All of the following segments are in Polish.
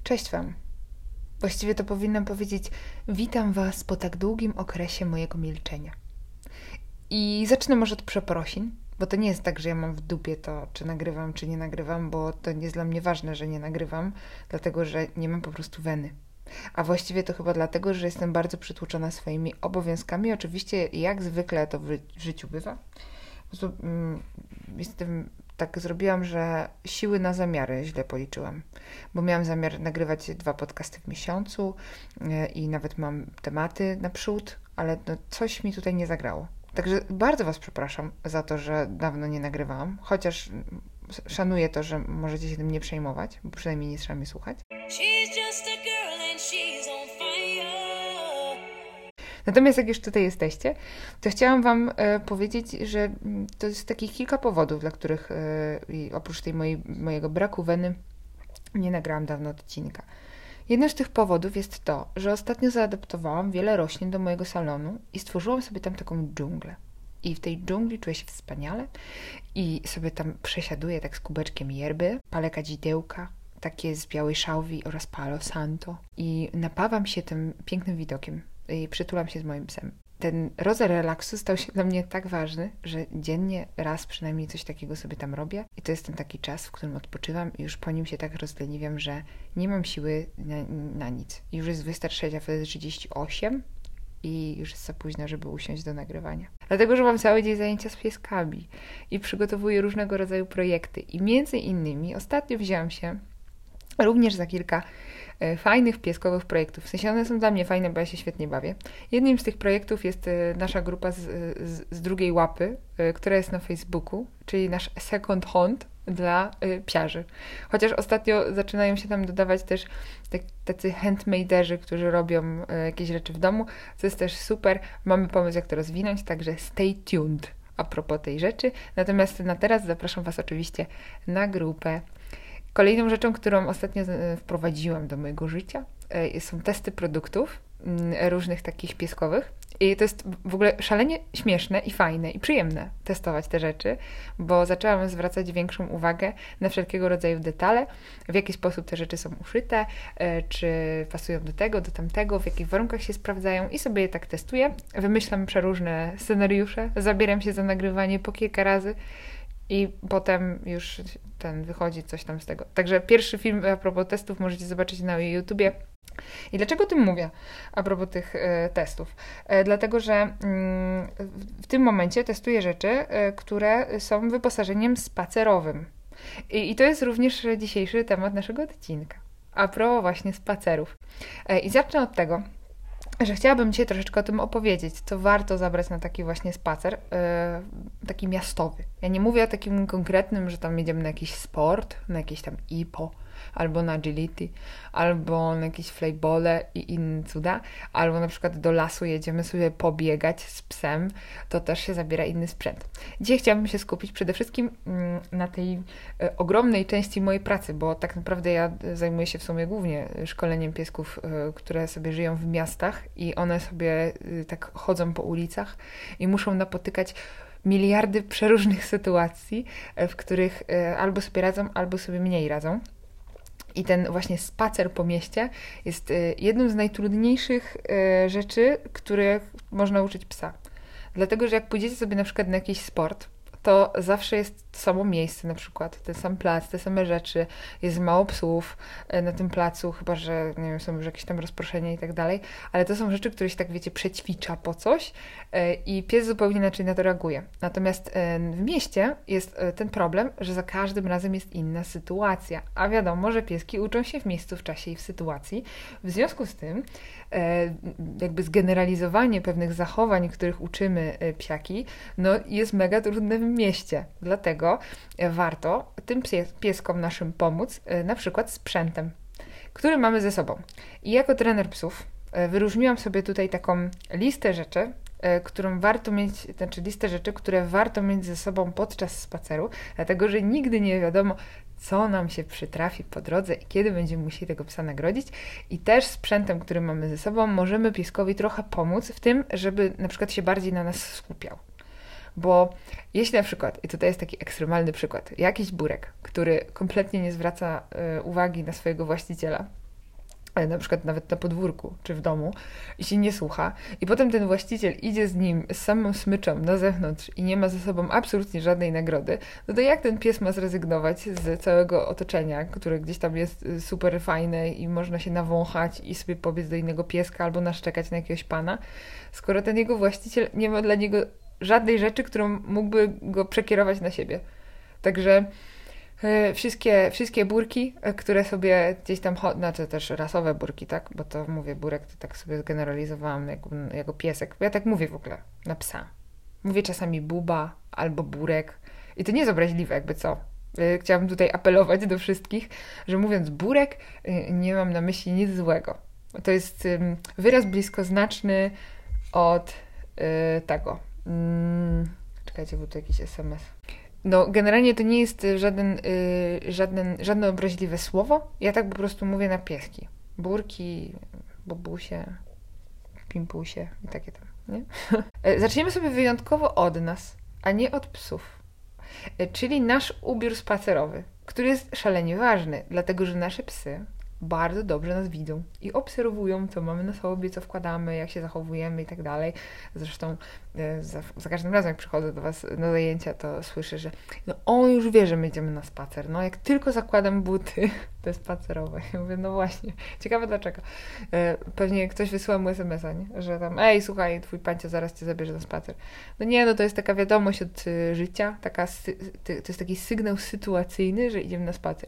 Cześć Wam. Właściwie to powinnam powiedzieć: witam Was po tak długim okresie mojego milczenia. I zacznę może od przeprosin, bo to nie jest tak, że ja mam w dupie to, czy nagrywam, czy nie nagrywam, bo to nie jest dla mnie ważne, że nie nagrywam, dlatego że nie mam po prostu weny. A właściwie to chyba dlatego, że jestem bardzo przytłoczona swoimi obowiązkami. Oczywiście, jak zwykle to w życiu bywa. Tak zrobiłam, że siły na zamiary źle policzyłam, bo miałam zamiar nagrywać 2 podcasty w miesiącu i nawet mam tematy naprzód, ale coś mi tutaj nie zagrało. Także bardzo Was przepraszam za to, że dawno nie nagrywałam, chociaż szanuję to, że możecie się tym nie przejmować, bo przynajmniej nie trzeba mnie słuchać. Natomiast jak już tutaj jesteście, to chciałam Wam powiedzieć, że to jest takich kilka powodów, dla których oprócz mojego braku weny nie nagrałam dawno odcinka. Jednym z tych powodów jest to, że ostatnio zaadaptowałam wiele roślin do mojego salonu i stworzyłam sobie tam taką dżunglę. I w tej dżungli czuję się wspaniale i sobie tam przesiaduję tak z kubeczkiem yerby, palę kadzidełka, takie z białej szałwi oraz palo santo i napawam się tym pięknym widokiem i przytulam się z moim psem. Ten rodzaj relaksu stał się dla mnie tak ważny, że dziennie raz przynajmniej coś takiego sobie tam robię i to jest ten taki czas, w którym odpoczywam i już po nim się tak rozleniwiam, że nie mam siły na nic. Już jest 23, a wtedy 38 i już jest za późno, żeby usiąść do nagrywania. Dlatego, że mam cały dzień zajęcia z pieskami i przygotowuję różnego rodzaju projekty i między innymi ostatnio wzięłam się również za kilka fajnych pieskowych projektów. W sensie one są dla mnie fajne, bo ja się świetnie bawię. Jednym z tych projektów jest nasza grupa z drugiej łapy, która jest na Facebooku, czyli nasz second hunt dla psiarzy. Chociaż ostatnio zaczynają się tam dodawać też tacy handmaderzy, którzy robią jakieś rzeczy w domu, co jest też super. Mamy pomysł, jak to rozwinąć, także stay tuned a propos tej rzeczy. Natomiast na teraz zapraszam Was oczywiście na grupę. Kolejną rzeczą, którą ostatnio wprowadziłam do mojego życia, są testy produktów różnych takich pieskowych. I to jest w ogóle szalenie śmieszne i fajne i przyjemne testować te rzeczy, bo zaczęłam zwracać większą uwagę na wszelkiego rodzaju detale, w jaki sposób te rzeczy są uszyte, czy pasują do tego, do tamtego, w jakich warunkach się sprawdzają i sobie je tak testuję. Wymyślam przeróżne scenariusze, zabieram się za nagrywanie po kilka razy i potem już wychodzi coś tam z tego. Także pierwszy film a propos testów możecie zobaczyć na YouTubie. I dlaczego o tym mówię a propos tych testów? Dlatego, że w tym momencie testuję rzeczy, które są wyposażeniem spacerowym. I to jest również dzisiejszy temat naszego odcinka. A propos właśnie spacerów. I zacznę od tego, że chciałabym dzisiaj troszeczkę o tym opowiedzieć, co warto zabrać na taki właśnie spacer, taki miastowy. Ja nie mówię o takim konkretnym, że tam jedziemy na jakiś sport, na jakieś tam IPO, albo na agility, albo na jakieś flybole i inne cuda, albo na przykład do lasu jedziemy sobie pobiegać z psem, to też się zabiera inny sprzęt. Dzisiaj chciałabym się skupić przede wszystkim na tej ogromnej części mojej pracy, bo tak naprawdę ja zajmuję się w sumie głównie szkoleniem piesków, które sobie żyją w miastach i one sobie tak chodzą po ulicach i muszą napotykać miliardy przeróżnych sytuacji, w których albo sobie radzą, albo sobie mniej radzą. I ten właśnie spacer po mieście jest jedną z najtrudniejszych rzeczy, których można uczyć psa. Dlatego, że jak pójdziecie sobie na przykład na jakiś sport, to zawsze jest to samo miejsce, na przykład ten sam plac, te same rzeczy, jest mało psów na tym placu, chyba że nie wiem, są już jakieś tam rozproszenia i tak dalej, ale to są rzeczy, które się tak wiecie, przećwicza po coś i pies zupełnie inaczej na to reaguje. Natomiast w mieście jest ten problem, że za każdym razem jest inna sytuacja, a wiadomo, że pieski uczą się w miejscu, w czasie i w sytuacji. W związku z tym jakby zgeneralizowanie pewnych zachowań, których uczymy psiaki, no jest mega trudne w mieście. Dlatego warto tym pieskom naszym pomóc, na przykład sprzętem, który mamy ze sobą. I jako trener psów wyróżniłam sobie tutaj taką listę rzeczy, którą warto mieć, znaczy listę rzeczy, które warto mieć ze sobą podczas spaceru, dlatego że nigdy nie wiadomo, co nam się przytrafi po drodze i kiedy będziemy musieli tego psa nagrodzić. I też sprzętem, który mamy ze sobą, możemy pieskowi trochę pomóc w tym, żeby na przykład się bardziej na nas skupiał. Bo jeśli na przykład, i tutaj jest taki ekstremalny przykład, jakiś burek, który kompletnie nie zwraca uwagi na swojego właściciela na przykład nawet na podwórku czy w domu i się nie słucha i potem ten właściciel idzie z nim, z samą smyczą na zewnątrz i nie ma ze sobą absolutnie żadnej nagrody, no to jak ten pies ma zrezygnować z całego otoczenia, które gdzieś tam jest super fajne i można się nawąchać i sobie pobiec do innego pieska albo naszczekać na jakiegoś pana, skoro ten jego właściciel nie ma dla niego żadnej rzeczy, którą mógłby go przekierować na siebie. Także wszystkie burki, które sobie gdzieś tam, znaczy też rasowe burki, tak? Bo to mówię, burek to tak sobie zgeneralizowałam jako piesek. Bo ja tak mówię w ogóle na psa. Mówię czasami buba albo burek. I to nie jest obraźliwe, jakby co. Chciałabym tutaj apelować do wszystkich, że mówiąc burek, nie mam na myśli nic złego. To jest wyraz bliskoznaczny od tego. Czekajcie, był tu jakiś SMS. No, generalnie to nie jest żadne obraźliwe słowo. Ja tak po prostu mówię na pieski. Burki, bobusie, pimpusie i takie tam, nie? Zaczniemy sobie wyjątkowo od nas, a nie od psów. Czyli nasz ubiór spacerowy, który jest szalenie ważny, dlatego że nasze psy bardzo dobrze nas widzą i obserwują, co mamy na sobie, co wkładamy, jak się zachowujemy i tak dalej. Zresztą za każdym razem, jak przychodzę do Was na zajęcia, to słyszę, że no on już wie, że my idziemy na spacer. No jak tylko zakładam buty, te spacerowe. Ja mówię, no właśnie. Ciekawe dlaczego. Pewnie ktoś wysyła mu SMS-a, nie? Że tam, ej, słuchaj, twój pancia zaraz cię zabierze na spacer. No nie, no to jest taka wiadomość od życia, to jest taki sygnał sytuacyjny, że idziemy na spacer.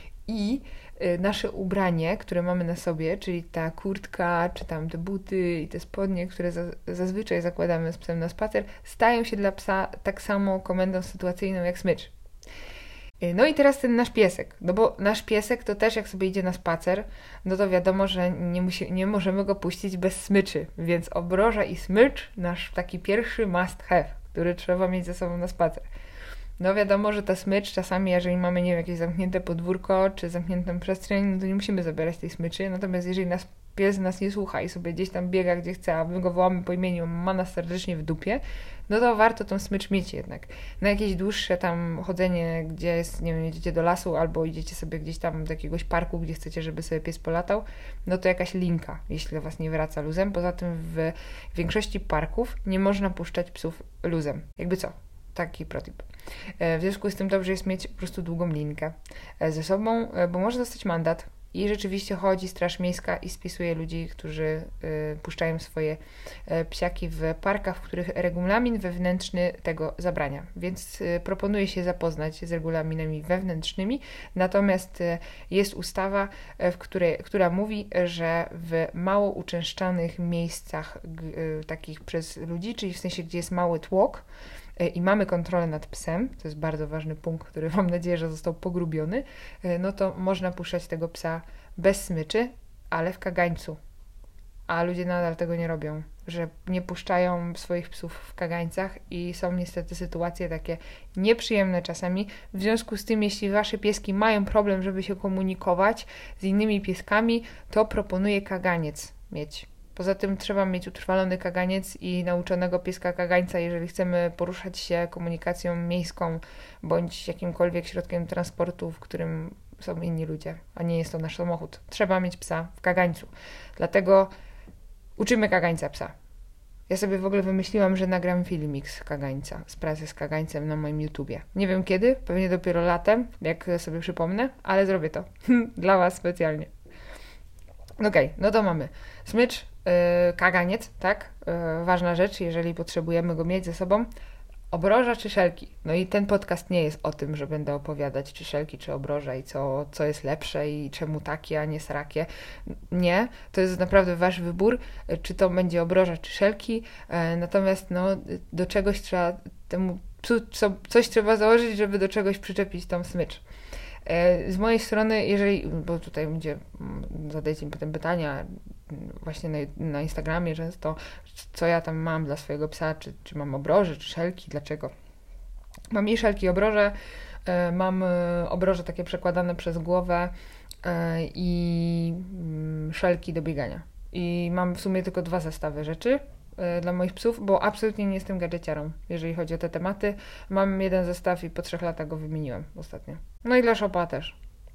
I nasze ubranie, które mamy na sobie, czyli ta kurtka, czy tam te buty i te spodnie, które zazwyczaj zakładamy z psem na spacer, stają się dla psa tak samo komendą sytuacyjną jak smycz. No i teraz ten nasz piesek, no bo nasz piesek to też jak sobie idzie na spacer, no to wiadomo, że nie możemy go puścić bez smyczy, więc obroża i smycz, nasz taki pierwszy must have, który trzeba mieć ze sobą na spacer. No wiadomo, że ta smycz czasami, jeżeli mamy, nie wiem, jakieś zamknięte podwórko, czy zamkniętą przestrzeń, no to nie musimy zabierać tej smyczy, natomiast jeżeli pies nas nie słucha i sobie gdzieś tam biega, gdzie chce, a my go wołamy po imieniu, ma nas serdecznie w dupie, no to warto tą smycz mieć jednak. Na jakieś dłuższe tam chodzenie, gdzie jest, nie wiem, jedziecie do lasu albo idziecie sobie gdzieś tam do jakiegoś parku, gdzie chcecie, żeby sobie pies polatał, no to jakaś linka, jeśli Was nie wraca luzem. Poza tym w większości parków nie można puszczać psów luzem. Jakby co? Taki protip. W związku z tym dobrze jest mieć po prostu długą linkę ze sobą, bo może dostać mandat. I rzeczywiście chodzi Straż Miejska i spisuje ludzi, którzy puszczają swoje psiaki w parkach, w których regulamin wewnętrzny tego zabrania. Więc proponuję się zapoznać z regulaminami wewnętrznymi. Natomiast jest ustawa, która mówi, że w mało uczęszczanych miejscach takich przez ludzi, czyli w sensie, gdzie jest mały tłok, i mamy kontrolę nad psem, to jest bardzo ważny punkt, który mam nadzieję, że został pogrubiony, no to można puszczać tego psa bez smyczy, ale w kagańcu. A ludzie nadal tego nie robią, że nie puszczają swoich psów w kagańcach i są niestety sytuacje takie nieprzyjemne czasami. W związku z tym, jeśli Wasze pieski mają problem, żeby się komunikować z innymi pieskami, to proponuję kaganiec mieć. Poza tym trzeba mieć utrwalony kaganiec i nauczonego pieska kagańca, jeżeli chcemy poruszać się komunikacją miejską bądź jakimkolwiek środkiem transportu, w którym są inni ludzie, a nie jest to nasz samochód. Trzeba mieć psa w kagańcu. Dlatego uczymy kagańca psa. Ja sobie w ogóle wymyśliłam, że nagram filmik z kagańca, z pracy z kagańcem na moim YouTubie. Nie wiem kiedy, pewnie dopiero latem, jak sobie przypomnę, ale zrobię to dla Was specjalnie. Okej, no to mamy smycz, kaganiec, tak? Ważna rzecz, jeżeli potrzebujemy go mieć ze sobą. Obroża czy szelki? No i ten podcast nie jest o tym, że będę opowiadać czy szelki, czy obroża i co jest lepsze i czemu takie, a nie srakie. Nie, to jest naprawdę Wasz wybór, czy to będzie obroża czy szelki, natomiast no, do czegoś trzeba temu coś trzeba założyć, żeby do czegoś przyczepić tą smycz. Z mojej strony, jeżeli, bo tutaj będzie, zadajcie mi potem pytania właśnie na Instagramie często, co ja tam mam dla swojego psa, czy mam obroże, czy szelki, dlaczego. Mam i szelki, i obroże, mam obroże takie przekładane przez głowę i szelki do biegania. I mam w sumie tylko 2 zestawy rzeczy dla moich psów, bo absolutnie nie jestem gadżeciarą, jeżeli chodzi o te tematy. Mam 1 zestaw i po 3 latach go wymieniłem ostatnio. No i dla Szopa też.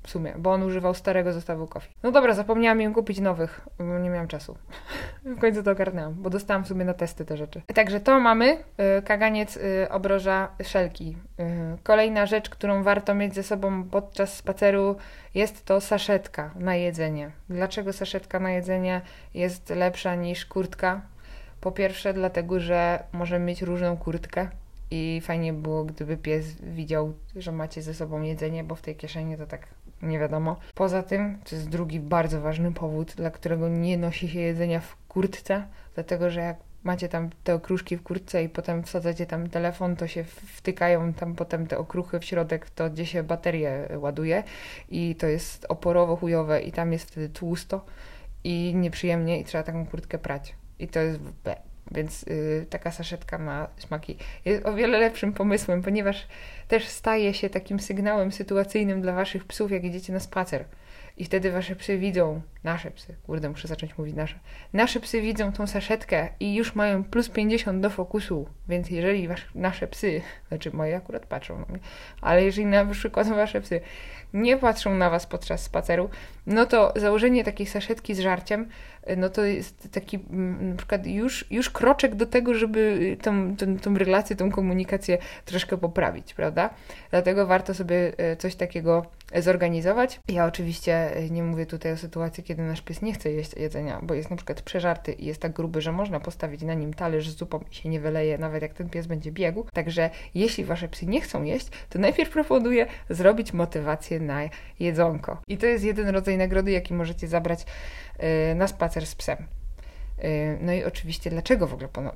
w sumie, bo on używał starego zestawu Coffee. No dobra, zapomniałam im kupić nowych, bo nie miałam czasu. W końcu to ogarnęłam, bo dostałam w sumie na testy te rzeczy. Także to mamy, kaganiec, obroża, szelki. Kolejna rzecz, którą warto mieć ze sobą podczas spaceru, jest to saszetka na jedzenie. Dlaczego saszetka na jedzenie jest lepsza niż kurtka? Po pierwsze dlatego, że możemy mieć różną kurtkę i fajnie było, gdyby pies widział, że macie ze sobą jedzenie, bo w tej kieszeni to tak nie wiadomo. Poza tym, to jest drugi bardzo ważny powód, dla którego nie nosi się jedzenia w kurtce, dlatego, że jak macie tam te okruszki w kurtce i potem wsadzacie tam telefon, to się wtykają tam potem te okruchy w środek, to gdzie się baterię ładuje i to jest oporowo chujowe i tam jest wtedy tłusto i nieprzyjemnie i trzeba taką kurtkę prać. I to jest więc taka saszetka na smaki jest o wiele lepszym pomysłem, ponieważ też staje się takim sygnałem sytuacyjnym dla waszych psów, jak idziecie na spacer. I wtedy wasze psy widzą, nasze psy, kurde, muszę zacząć mówić nasze psy widzą tą saszetkę i już mają plus 50 do fokusu, więc jeżeli nasze psy, znaczy moje akurat patrzą na mnie, ale jeżeli na przykład wasze psy nie patrzą na was podczas spaceru, no to założenie takiej saszetki z żarciem, no to jest taki na przykład już kroczek do tego, żeby tą relację, tą komunikację troszkę poprawić, prawda? Dlatego warto sobie coś takiego zorganizować. Ja oczywiście nie mówię tutaj o sytuacji, kiedy nasz pies nie chce jeść jedzenia, bo jest na przykład przeżarty i jest tak gruby, że można postawić na nim talerz z zupą i się nie wyleje, nawet jak ten pies będzie biegł. Także jeśli wasze psy nie chcą jeść, to najpierw proponuję zrobić motywację na jedzonko. I to jest jeden rodzaj nagrody, jaki możecie zabrać na spacer z psem. No i oczywiście dlaczego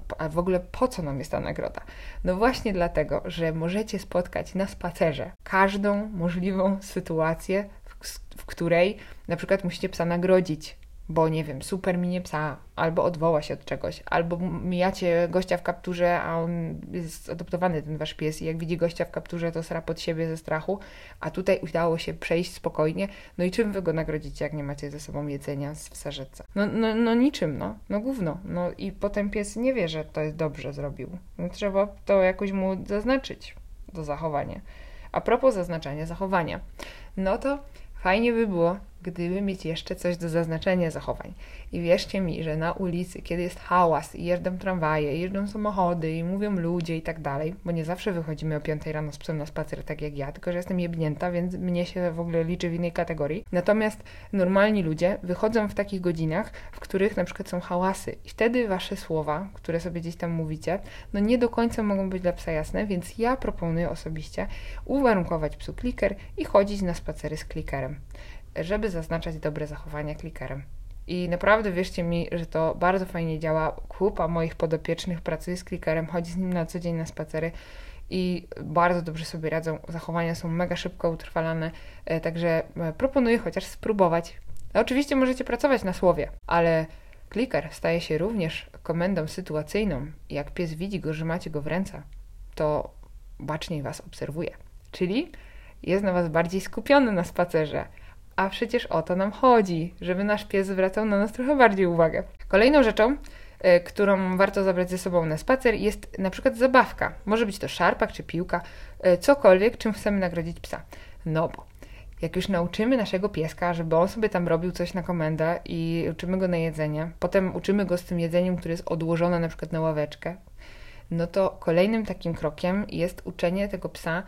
w ogóle po co nam jest ta nagroda? No właśnie dlatego, że możecie spotkać na spacerze każdą możliwą sytuację, w której na przykład musicie psa nagrodzić, bo nie wiem, super minie psa, albo odwoła się od czegoś, albo mijacie gościa w kapturze, a on jest adoptowany, ten wasz pies, i jak widzi gościa w kapturze, to sra pod siebie ze strachu, a tutaj udało się przejść spokojnie. No i czym wy go nagrodzicie, jak nie macie ze sobą jedzenia w saszetce? No niczym, no gówno. No i potem pies nie wie, że to jest dobrze zrobił. No trzeba to jakoś mu zaznaczyć, to zachowanie. A propos zaznaczania zachowania, no to fajnie by było, gdyby mieć jeszcze coś do zaznaczenia zachowań. I wierzcie mi, że na ulicy, kiedy jest hałas i jeżdżą tramwaje, jeżdżą samochody i mówią ludzie i tak dalej, bo nie zawsze wychodzimy o 5 rano z psem na spacer, tak jak ja, tylko że jestem jebnięta, więc mnie się w ogóle liczy w innej kategorii. Natomiast normalni ludzie wychodzą w takich godzinach, w których na przykład są hałasy i wtedy wasze słowa, które sobie gdzieś tam mówicie, no nie do końca mogą być dla psa jasne, więc ja proponuję osobiście uwarunkować psu kliker i chodzić na spacery z klikerem, żeby zaznaczać dobre zachowania klikerem. I naprawdę wierzcie mi, że to bardzo fajnie działa. Kupa moich podopiecznych pracuje z klikerem, chodzi z nim na co dzień na spacery i bardzo dobrze sobie radzą. Zachowania są mega szybko utrwalane, także proponuję chociaż spróbować. Oczywiście możecie pracować na słowie, ale kliker staje się również komendą sytuacyjną. Jak pies widzi go, że macie go w ręce, to baczniej was obserwuje. Czyli jest na was bardziej skupiony na spacerze. A przecież o to nam chodzi, żeby nasz pies zwracał na nas trochę bardziej uwagę. Kolejną rzeczą, którą warto zabrać ze sobą na spacer, jest na przykład zabawka. Może być to szarpak czy piłka, cokolwiek, czym chcemy nagrodzić psa. No bo jak już nauczymy naszego pieska, żeby on sobie tam robił coś na komendę i uczymy go na jedzenie, potem uczymy go z tym jedzeniem, które jest odłożone na przykład na ławeczkę, no to kolejnym takim krokiem jest uczenie tego psa,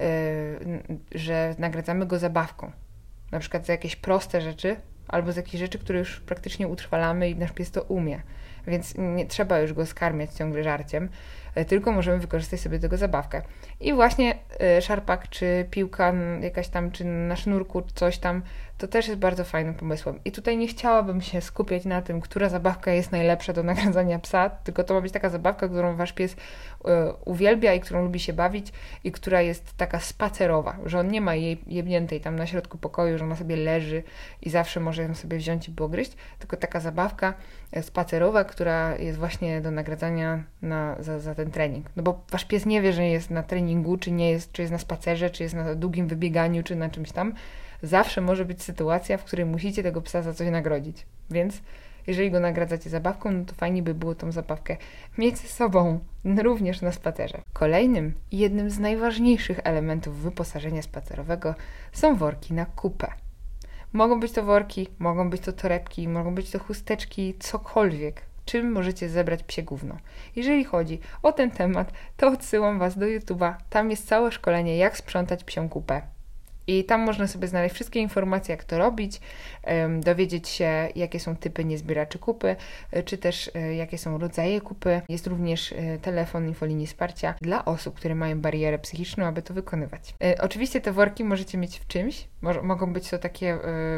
że nagradzamy go zabawką. Na przykład za jakieś proste rzeczy, albo za jakieś rzeczy, które już praktycznie utrwalamy i nasz pies to umie. Więc nie trzeba już go skarmiać ciągle żarciem, tylko możemy wykorzystać sobie tego zabawkę. I właśnie szarpak, czy piłka jakaś tam, czy na sznurku coś tam, to też jest bardzo fajnym pomysłem. I tutaj nie chciałabym się skupiać na tym, która zabawka jest najlepsza do nagradzania psa, tylko to ma być taka zabawka, którą wasz pies uwielbia i którą lubi się bawić i która jest taka spacerowa, że on nie ma jej jebniętej tam na środku pokoju, że ona sobie leży i zawsze może ją sobie wziąć i pogryźć, tylko taka zabawka spacerowa, która jest właśnie do nagradzania za ten trening. No bo wasz pies nie wie, że jest na treningu, czy jest na spacerze, czy jest na długim wybieganiu, czy na czymś tam, zawsze może być sytuacja, w której musicie tego psa za coś nagrodzić. Więc jeżeli go nagradzacie zabawką, no to fajnie by było tą zabawkę mieć ze sobą również na spacerze. Kolejnym i jednym z najważniejszych elementów wyposażenia spacerowego są worki na kupę. Mogą być to worki, mogą być to torebki, mogą być to chusteczki, cokolwiek, czym możecie zebrać psie gówno. Jeżeli chodzi o ten temat, to odsyłam Was do YouTube'a. Tam jest całe szkolenie, jak sprzątać psią kupę. I tam można sobie znaleźć wszystkie informacje, jak to robić, dowiedzieć się, jakie są typy niezbieraczy kupy, czy też jakie są rodzaje kupy. Jest również telefon infolinii wsparcia dla osób, które mają barierę psychiczną, aby to wykonywać. Oczywiście te worki możecie mieć w czymś. Mogą być to takie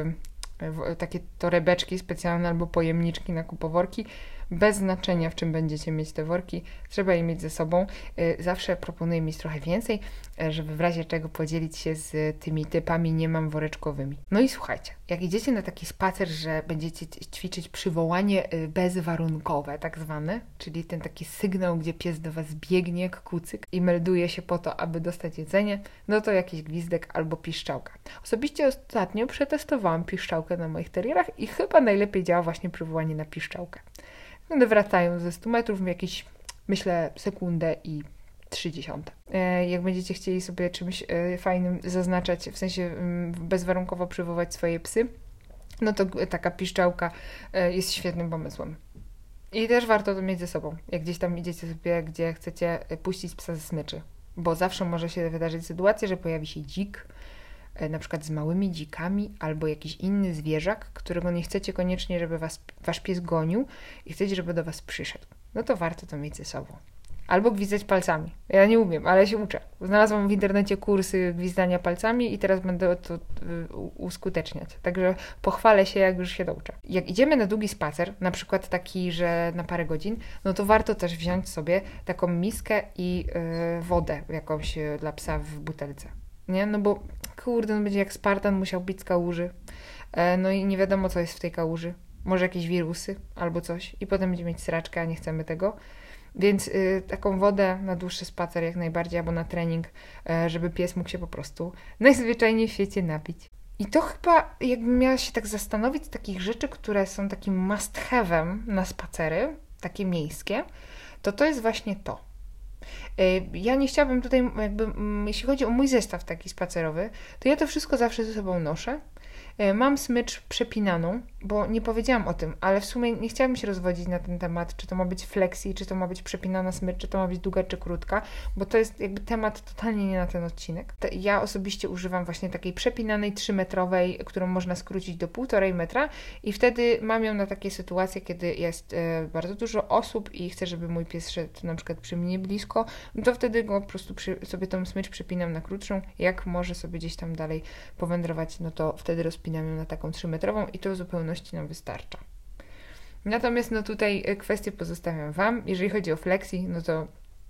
torebeczki specjalne albo pojemniczki na kupoworki. Bez znaczenia, w czym będziecie mieć te worki, trzeba je mieć ze sobą. Zawsze proponuję mieć trochę więcej, żeby w razie czego podzielić się z tymi typami nie mam woreczkowymi. No i słuchajcie, jak idziecie na taki spacer, że będziecie ćwiczyć przywołanie bezwarunkowe, tak zwane, czyli ten taki sygnał, gdzie pies do Was biegnie jak kucyk i melduje się po to, aby dostać jedzenie, no to jakiś gwizdek albo piszczałka. Osobiście ostatnio przetestowałam piszczałkę na moich terierach i chyba najlepiej działa właśnie przywołanie na piszczałkę. One wracają ze 100 metrów w jakieś, myślę, sekundę i 30. Jak będziecie chcieli sobie czymś fajnym zaznaczać, w sensie bezwarunkowo przywołać swoje psy, no to taka piszczałka jest świetnym pomysłem. I też warto to mieć ze sobą, jak gdzieś tam idziecie sobie, gdzie chcecie puścić psa ze smyczy. Bo zawsze może się wydarzyć sytuacja, że pojawi się dzik, na przykład z małymi dzikami albo jakiś inny zwierzak, którego nie chcecie koniecznie, żeby wasz pies gonił i chcecie, żeby do Was przyszedł. No to warto to mieć ze sobą. Albo gwizdać palcami. Ja nie umiem, ale się uczę. Znalazłam w internecie kursy gwizdania palcami i teraz będę to uskuteczniać. Także pochwalę się, jak już się douczę. Jak idziemy na długi spacer, na przykład taki, że na parę godzin, no to warto też wziąć sobie taką miskę i wodę jakąś dla psa w butelce. Nie? No bo kurde, no będzie jak Spartan musiał pić z kałuży. No i nie wiadomo, co jest w tej kałuży. Może jakieś wirusy albo coś. I potem będzie mieć sraczkę, a nie chcemy tego. Więc taką wodę na dłuższy spacer jak najbardziej, albo na trening, żeby pies mógł się po prostu najzwyczajniej w świecie napić. I to chyba, jakbym miała się tak zastanowić z takich rzeczy, które są takim must have'em na spacery, takie miejskie, to jest właśnie to. Ja nie chciałabym tutaj, jeśli chodzi o mój zestaw taki spacerowy, to ja to wszystko zawsze ze sobą noszę. Mam smycz przepinaną, bo nie powiedziałam o tym, ale w sumie nie chciałabym się rozwodzić na ten temat, czy to ma być flexi, czy to ma być przepinana smycz, czy to ma być długa, czy krótka, bo to jest jakby temat totalnie nie na ten odcinek. Ja osobiście używam właśnie takiej przepinanej 3-metrowej, którą można skrócić do 1,5 metra i wtedy mam ją na takie sytuacje, kiedy jest bardzo dużo osób i chcę, żeby mój pies szedł na przykład przy mnie blisko, no to wtedy go po prostu sobie tą smycz przepinam na krótszą, jak może sobie gdzieś tam dalej powędrować, no to wtedy rozpinam ją na taką 3-metrową i to w zupełności nam wystarcza. Natomiast no tutaj kwestię pozostawiam Wam. Jeżeli chodzi o flexi, no to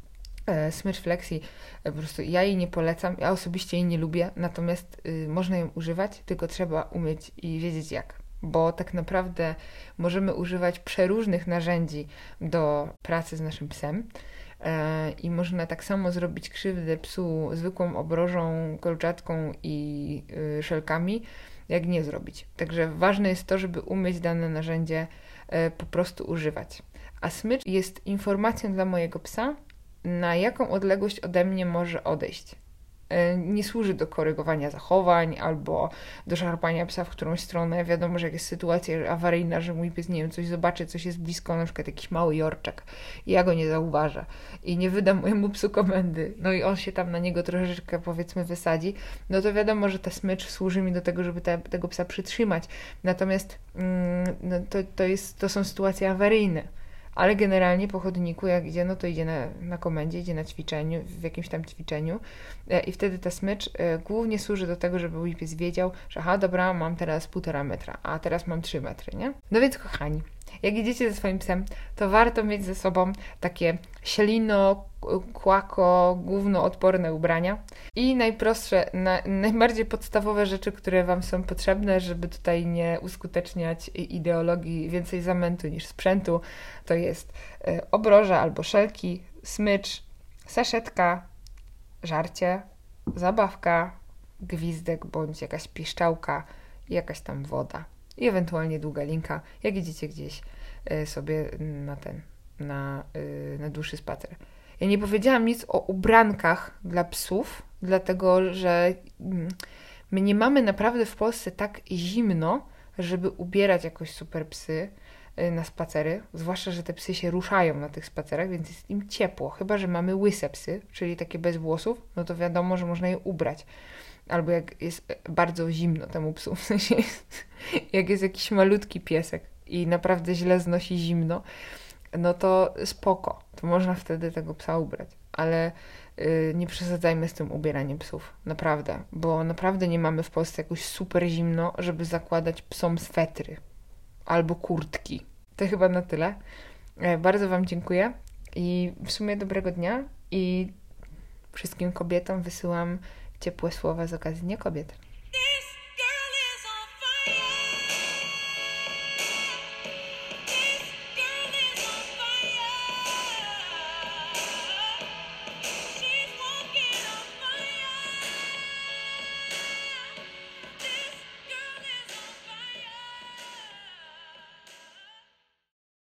smycz flexi, po prostu ja jej nie polecam, ja osobiście jej nie lubię, natomiast można ją używać, tylko trzeba umieć i wiedzieć jak. Bo tak naprawdę możemy używać przeróżnych narzędzi do pracy z naszym psem i można tak samo zrobić krzywdę psu zwykłą obrożą, kolczatką i szelkami, jak nie zrobić. Także ważne jest to, żeby umieć dane narzędzie po prostu używać. A smycz jest informacją dla mojego psa, na jaką odległość ode mnie może odejść. Nie służy do korygowania zachowań albo do szarpania psa w którąś stronę. Wiadomo, że jak jest sytuacja awaryjna, że mój pies, nie wiem, coś zobaczy, coś jest blisko, na przykład jakiś mały jorczek i ja go nie zauważę i nie wydam mojemu psu komendy, no i on się tam na niego troszeczkę, powiedzmy, wysadzi, no to wiadomo, że ta smycz służy mi do tego, żeby tego psa przytrzymać. Natomiast no to są sytuacje awaryjne. Ale generalnie po chodniku, jak idzie, no to idzie na komendzie, idzie na ćwiczeniu, w jakimś tam ćwiczeniu i wtedy ta smycz głównie służy do tego, żeby mój pies wiedział, że aha, dobra, mam teraz 1,5 metra, a teraz mam 3 metry, nie? No więc kochani, jak idziecie ze swoim psem, to warto mieć ze sobą takie ślino, kłako, gównoodporne ubrania i najprostsze, najbardziej podstawowe rzeczy, które Wam są potrzebne, żeby tutaj nie uskuteczniać ideologii więcej zamętu niż sprzętu, to jest obroża albo szelki, smycz, saszetka, żarcie, zabawka, gwizdek bądź jakaś piszczałka i jakaś tam woda. I ewentualnie długa linka, jak idziecie gdzieś sobie na dłuższy spacer. Ja nie powiedziałam nic o ubrankach dla psów, dlatego że my nie mamy naprawdę w Polsce tak zimno, żeby ubierać jakoś super psy na spacery, zwłaszcza, że te psy się ruszają na tych spacerach, więc jest im ciepło. Chyba że mamy łyse psy, czyli takie bez włosów, no to wiadomo, że można je ubrać. Albo jak jest bardzo zimno temu psu, w sensie jak jest jakiś malutki piesek i naprawdę źle znosi zimno, no to spoko, to można wtedy tego psa ubrać, ale nie przesadzajmy z tym ubieraniem psów, naprawdę, bo naprawdę nie mamy w Polsce jakoś super zimno, żeby zakładać psom swetry albo kurtki. To chyba na tyle. Bardzo Wam dziękuję i w sumie dobrego dnia i wszystkim kobietom wysyłam ciepłe słowa z okazji Dnia Kobiet.